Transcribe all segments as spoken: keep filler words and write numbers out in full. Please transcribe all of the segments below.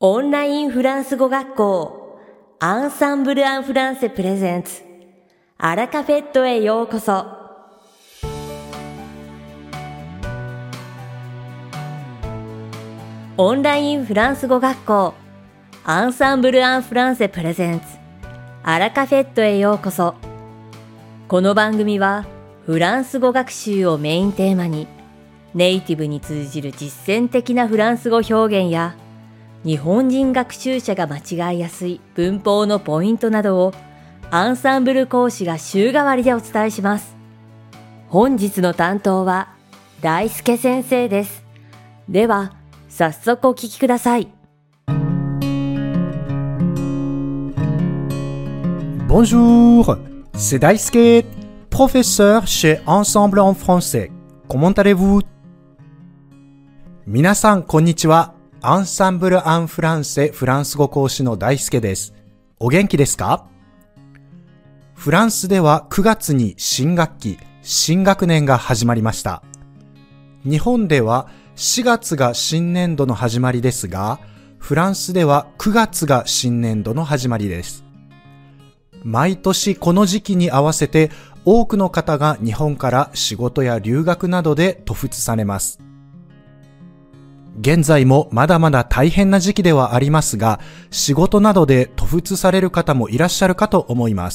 オンラインフランス語学校アンサンブル・アン・フランセプレゼンツアラカフェットへようこそ。オンラインフランス語学校アンサンブル・アン・フランセプレゼンツアラカフェットへようこそ。この番組はフランス語学習をメインテーマにネイティブに通じる実践的なフランス語表現や日本人学習者が間違いやすい文法のポイントなどをアンサンブル講師が週替わりでお伝えします。本日の担当は大輔先生です。では早速お聞きください。 Bonjour, c'est Daisuke, professeur chez Ensemble en français. Comment allez-vous? 皆さんこんにちは。アンサンブル・アン・フランセフランス語講師の大輔です。お元気ですか？フランスではくがつに新学期、新学年が始まりました。日本ではしがつが新年度の始まりですが、フランスではくがつが新年度の始まりです。毎年この時期に合わせて多くの方が日本から仕事や留学などで渡仏されます。現在もまだまだ大変な時期ではありますが、仕事などで渡仏される方もいらっしゃるかと思います。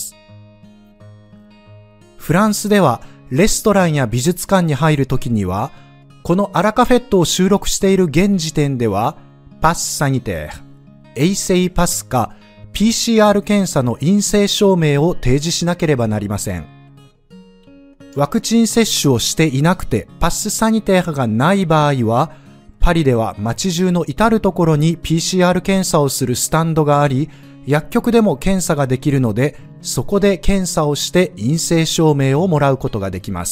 フランスではレストランや美術館に入るときには、このアラカフェットを収録している現時点では、パスサニテー、衛生パスか ピーシーアール 検査の陰性証明を提示しなければなりません。ワクチン接種をしていなくてパスサニテーがない場合は、パリでは街中の至るところに ピーシーアール 検査をするスタンドがあり、薬局でも検査ができるので、そこで検査をして陰性証明をもらうことができます。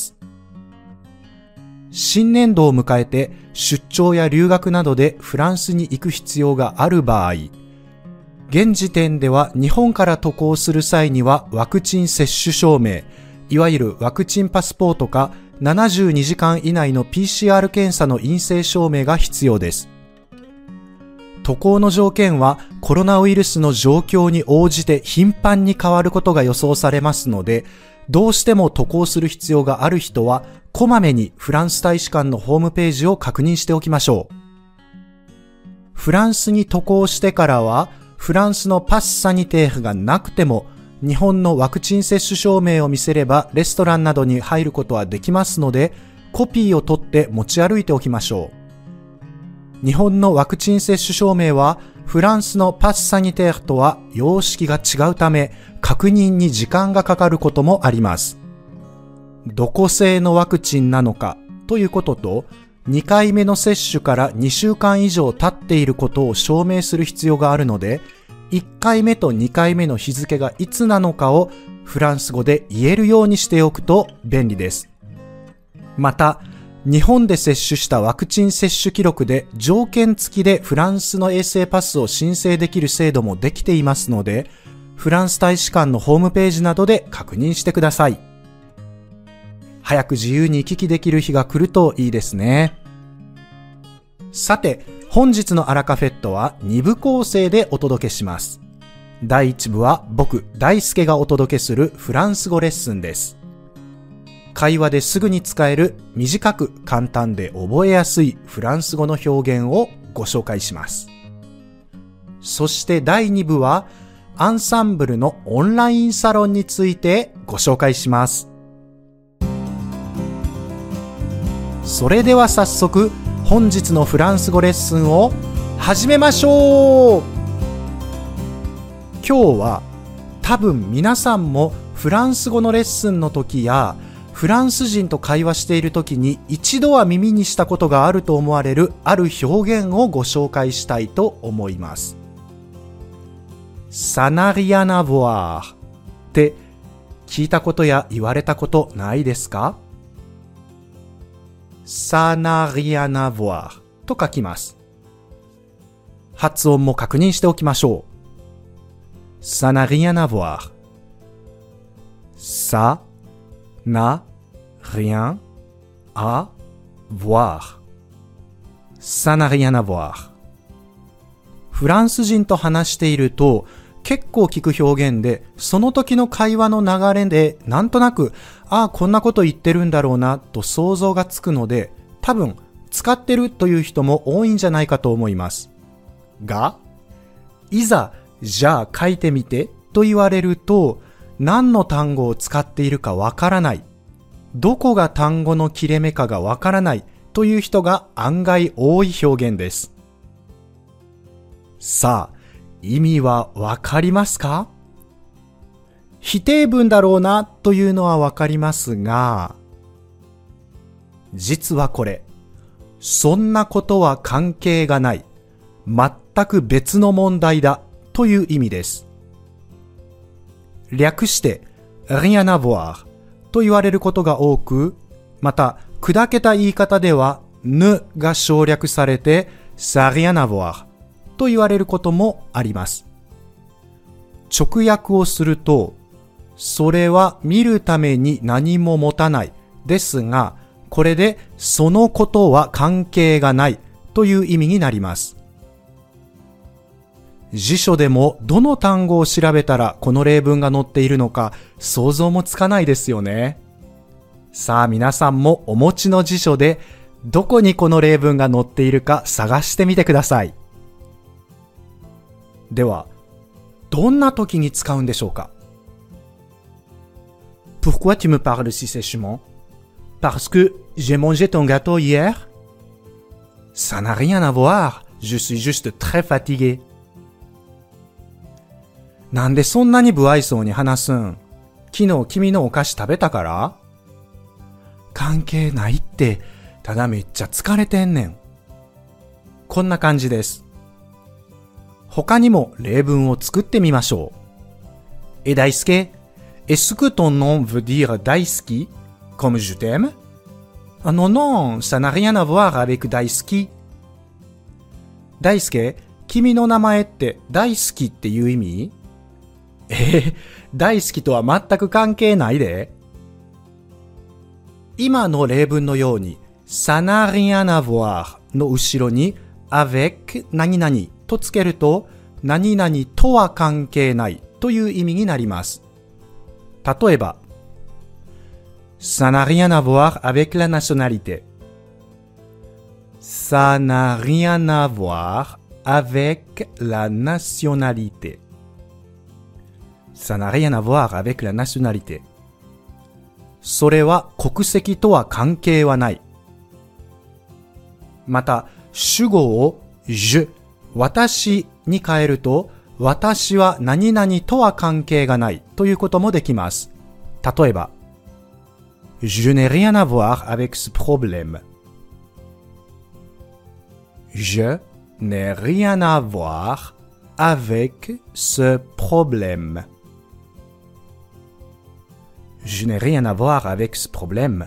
新年度を迎えて出張や留学などでフランスに行く必要がある場合、現時点では日本から渡航する際にはワクチン接種証明、いわゆるワクチンパスポートかななじゅうにじかん以内の ピーシーアール 検査の陰性証明が必要です。渡航の条件はコロナウイルスの状況に応じて頻繁に変わることが予想されますので、どうしても渡航する必要がある人はこまめにフランス大使館のホームページを確認しておきましょう。フランスに渡航してからはフランスのパスサニテーフがなくても日本のワクチン接種証明を見せればレストランなどに入ることはできますので、コピーを取って持ち歩いておきましょう。日本のワクチン接種証明はフランスのパスサニテーフとは様式が違うため、確認に時間がかかることもあります。どこ製のワクチンなのかということと、にかいめの接種からにしゅうかん以上経っていることを証明する必要があるので、いっかいめとにかいめの日付がいつなのかをフランス語で言えるようにしておくと便利です。また、日本で接種したワクチン接種記録で条件付きでフランスの衛生パスを申請できる制度もできていますので、フランス大使館のホームページなどで確認してください。早く自由に行き来できる日が来るといいですね。さて、本日のアラカフェットはにぶ構成でお届けします。だいいち部は僕、大輔がお届けするフランス語レッスンです。会話ですぐに使える短く簡単で覚えやすいフランス語の表現をご紹介します。そしてだいに部はアンサンブルのオンラインサロンについてご紹介します。それでは早速本日のフランス語レッスンを始めましょう。今日は多分皆さんもフランス語のレッスンの時やフランス人と会話している時に一度は耳にしたことがあると思われるある表現をご紹介したいと思います。Ça n'a rien à voir って聞いたことや言われたことないですか？Ça n'a rien à voir と書きます。発音も確認しておきましょう。Ça n'a rien à voir. Ça n'a rien à voir. Ça n'a rien à voir. フランス人と話していると結構聞く表現で、その時の会話の流れでなんとなく、ああ、こんなこと言ってるんだろうなと想像がつくので、多分使ってるという人も多いんじゃないかと思います。が、いざ、じゃあ書いてみてと言われると、何の単語を使っているかわからない。どこが単語の切れ目かがわからないという人が案外多い表現です。さあ、意味はわかりますか？否定文だろうなというのはわかりますが、実はこれ、そんなことは関係がない、全く別の問題だという意味です。略して、rien à voir と言われることが多く、また、砕けた言い方では、ne が省略されて、ça rien à voir と言われることもあります。直訳をすると、それは見るために何も持たないですが、これでそのことは関係がないという意味になります。辞書でもどの単語を調べたらこの例文が載っているのか想像もつかないですよね。さあ皆さんもお持ちの辞書でどこにこの例文が載っているか探してみてください。では、どんな時に使うんでしょうか？ Pourquoi tu me parles si sèchement? Parce que j'ai mangé ton gâteau hier? Ça n'a rien à voir. Je suis juste très fatigué. なんでそんなに不愛想に話すん？昨日君のお菓子食べたから？関係ないって、ただめっちゃ疲れてんねん。こんな感じです。他にも例文を作ってみましょう。 Et Daisuke, est-ce que ton nom veut dire Daisuki, comme je t'aime? Ah non, non, ça n'a rien à voir avec Daisuki. 大輔、君の名前って大好きっていう意味？えー、大好きとは全く関係ないで。今の例文のように、ça n'a rien à voir の後ろに avec 何々とつけると、何々とは関係ないという意味になります。例えば、ça n'a rien à voir avec la nationalité. Ça n'a rien à voir avec la nationalité. Ça n'a rien à voir avec la nationalité. それは国籍とは関係はない。また、主語を je、私に変えると、私は何々とは関係がないということもできます。例えば、Je n'ai rien à voir avec ce problème. Je n'ai rien à voir avec ce problème. Je n'ai rien à voir avec ce problème.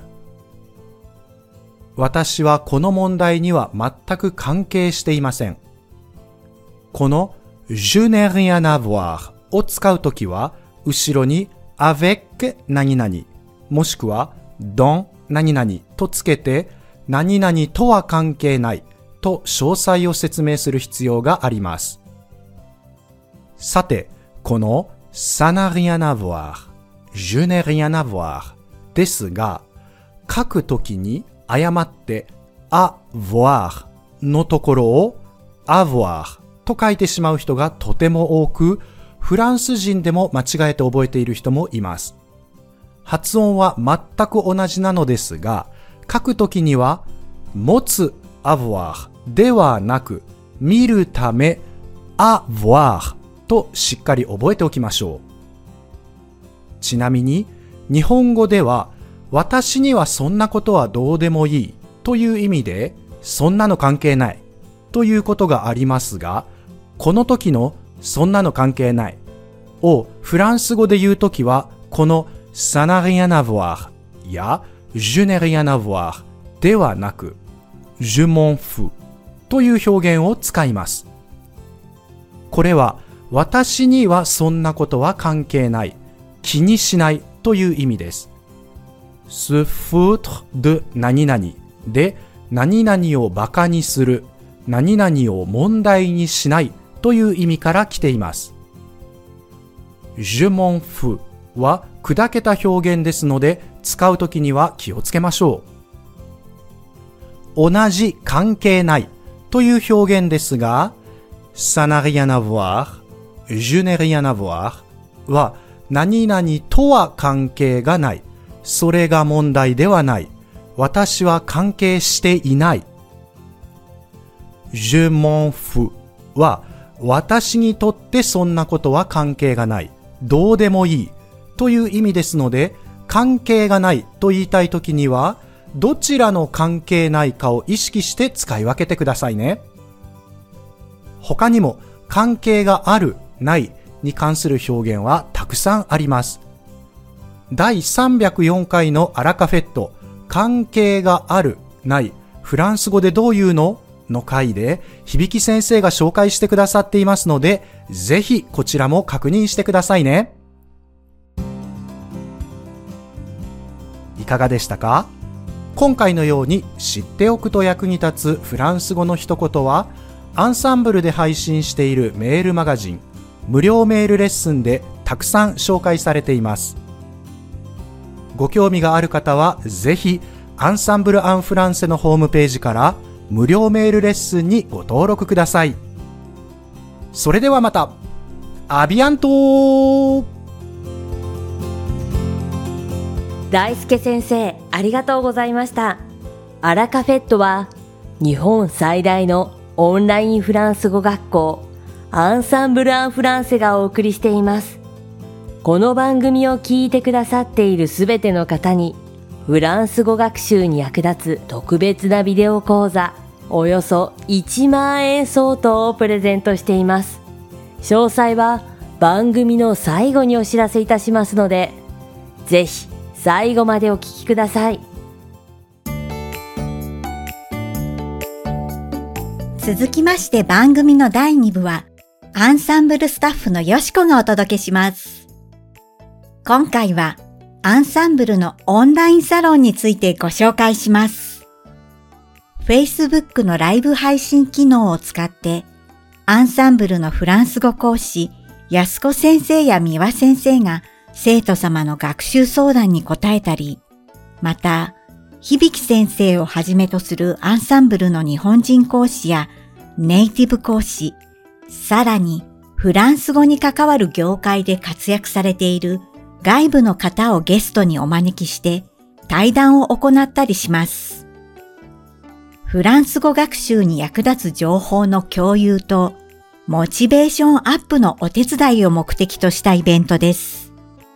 私はこの問題には全く関係していません。この Je n'ai rien à voir を使うときは、後ろに avec 何々、もしくは dans 何々とつけて、何々とは関係ないと詳細を説明する必要があります。さて、この ça n'a rien à voir、je n'ai rien à voir ですが、書くときに誤って avoir のところを avoir と書いてしまう人がとても多く、フランス人でも間違えて覚えている人もいます。発音は全く同じなのですが、書くときには持つ avoir ではなく、見るため avoir としっかり覚えておきましょう。ちなみに日本語では私にはそんなことはどうでもいいという意味でそんなの関係ないということがありますが、この時のそんなの関係ないをフランス語で言うときはこのça n'a rien à voir や je n'ai rien à voir ではなく je m'en fous という表現を使います。これは私にはそんなことは関係ない、気にしないという意味です。se foutre de 何々で何々をバカにする、何々を問題にしないという意味から来ています。je m'en fous は砕けた表現ですので、使うときには気をつけましょう。同じ、関係ないという表現ですが、ça n'a rien à voir, je n'ai rien à voir は何々とは関係がない、それが問題ではない、私は関係していない。je m'en fous は私にとってそんなことは関係がない、どうでもいいという意味ですので、関係がないと言いたいときには、どちらの関係ないかを意識して使い分けてくださいね。他にも関係がある、ないに関する表現はたくさんあります。だいさんびゃくよんかいのアラカフェット、関係がある、ない、フランス語でどう言うのの回で、響先生が紹介してくださっていますので、ぜひこちらも確認してくださいね。いかがでしたか？今回のように知っておくと役に立つフランス語の一言は、アンサンブルで配信しているメールマガジン、無料メールレッスンでたくさん紹介されています。ご興味がある方は、ぜひアンサンブル・アン・フランセのホームページから無料メールレッスンにご登録ください。それではまた。アビアント。 大輔先生、ありがとうございました。アラカフェットは日本最大のオンラインフランス語学校アンサンブル・アン・フランセがお送りしています。この番組を聞いてくださっているすべての方にフランス語学習に役立つ特別なビデオ講座およそいちまんえん相当をプレゼントしています。詳細は番組の最後にお知らせいたしますので、ぜひ最後までお聞きください。 続きまして番組のだいに部はアンサンブルスタッフのよしこがお届けします。今回はアンサンブルのオンラインサロンについてご紹介します。Facebook のライブ配信機能を使ってアンサンブルのフランス語講師安子先生や三輪先生が生徒様の学習相談に答えたり、また響先生をはじめとするアンサンブルの日本人講師やネイティブ講師、さらにフランス語に関わる業界で活躍されている外部の方をゲストにお招きして対談を行ったりします。フランス語学習に役立つ情報の共有とモチベーションアップのお手伝いを目的としたイベントです。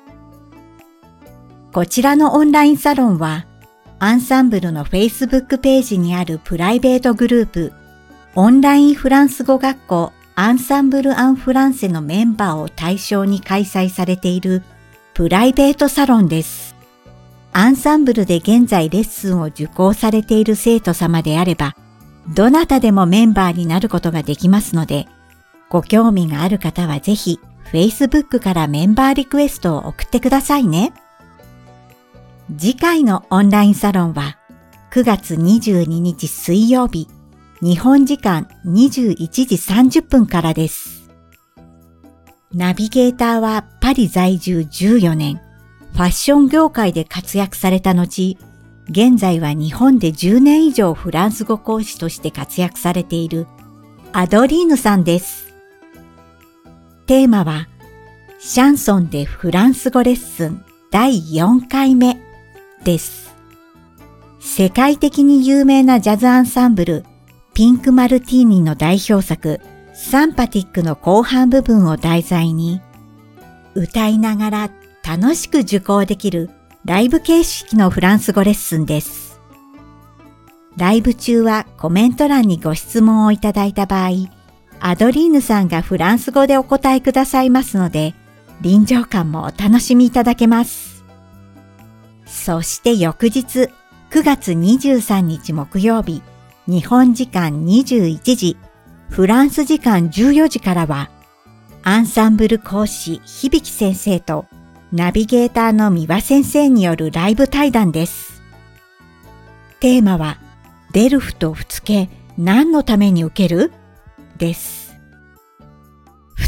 こちらのオンラインサロンはアンサンブルの Facebook ページにあるプライベートグループオンラインフランス語学校アンサンブル・アン・フランセのメンバーを対象に開催されているプライベートサロンです。アンサンブルで現在レッスンを受講されている生徒様であれば、どなたでもメンバーになることができますので、ご興味がある方はぜひ Facebook からメンバーリクエストを送ってくださいね。次回のオンラインサロンはくがつにじゅうににち水曜日、日本時間にじゅういちじさんじゅっぷんからです。ナビゲーターはパリ在住じゅうよねん、ファッション業界で活躍された後、現在は日本でじゅうねん以上フランス語講師として活躍されているアドリーヌさんです。テーマは、シャンソンでフランス語レッスンだいよんかいめです。世界的に有名なジャズアンサンブル、ピンクマルティーニの代表作、サンパティックの後半部分を題材に、歌いながら楽しく受講できるライブ形式のフランス語レッスンです。ライブ中はコメント欄にご質問をいただいた場合、アドリーヌさんがフランス語でお答えくださいますので、臨場感もお楽しみいただけます。そして翌日、くがつにじゅうさんにち木曜日、日本時間にじゅういちじ、フランス時間じゅうよじからは、アンサンブル講師響先生とナビゲーターの三輪先生によるライブ対談です。テーマは、デルフとフツケ何のために受ける？です。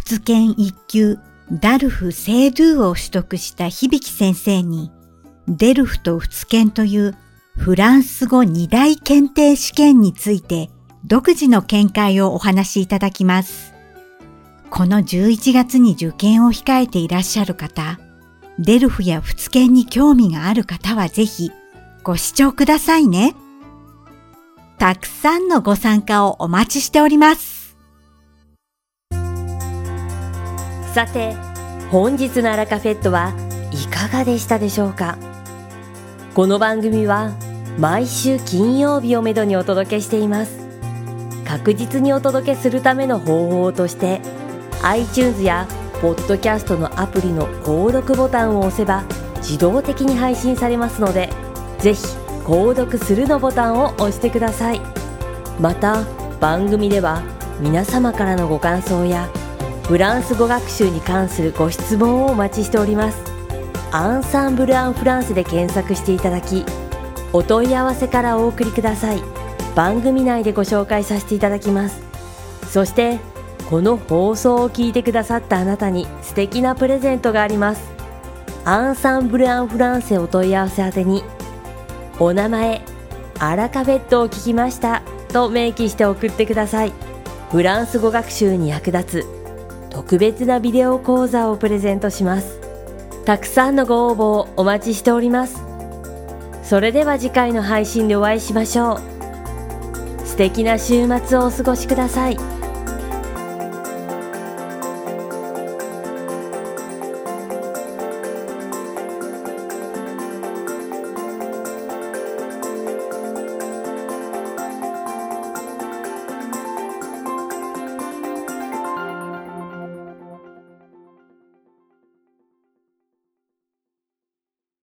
仏研一級ダルフ聖ドゥを取得した響先生に、デルフと仏研というフランス語二大検定試験について独自の見解をお話しいただきます。このじゅういちがつに受験を控えていらっしゃる方、デルフや仏研に興味がある方はぜひご視聴くださいね。たくさんのご参加をお待ちしております。 さて、本日のアラカフェットはいかがでしたでしょうか。この番組は毎週金曜日をめどにお届けしています。確実にお届けするための方法として、iTunes やポッドキャストのアプリの購読ボタンを押せば自動的に配信されますので、ぜひ購読するのボタンを押してください。また番組では皆様からのご感想やフランス語学習に関するご質問をお待ちしております。アンサンブル・アン・フランセで検索していただき、お問い合わせからお送りください。番組内でご紹介させていただきます。そしてこの放送を聞いてくださったあなたに素敵なプレゼントがあります。アンサンブル・アン・フランセお問い合わせ宛てに、お名前、アラカフェットを聞きましたと明記して送ってください。フランス語学習に役立つ特別なビデオ講座をプレゼントします。たくさんのご応募をお待ちしております。それでは次回の配信でお会いしましょう。素敵な週末をお過ごしください。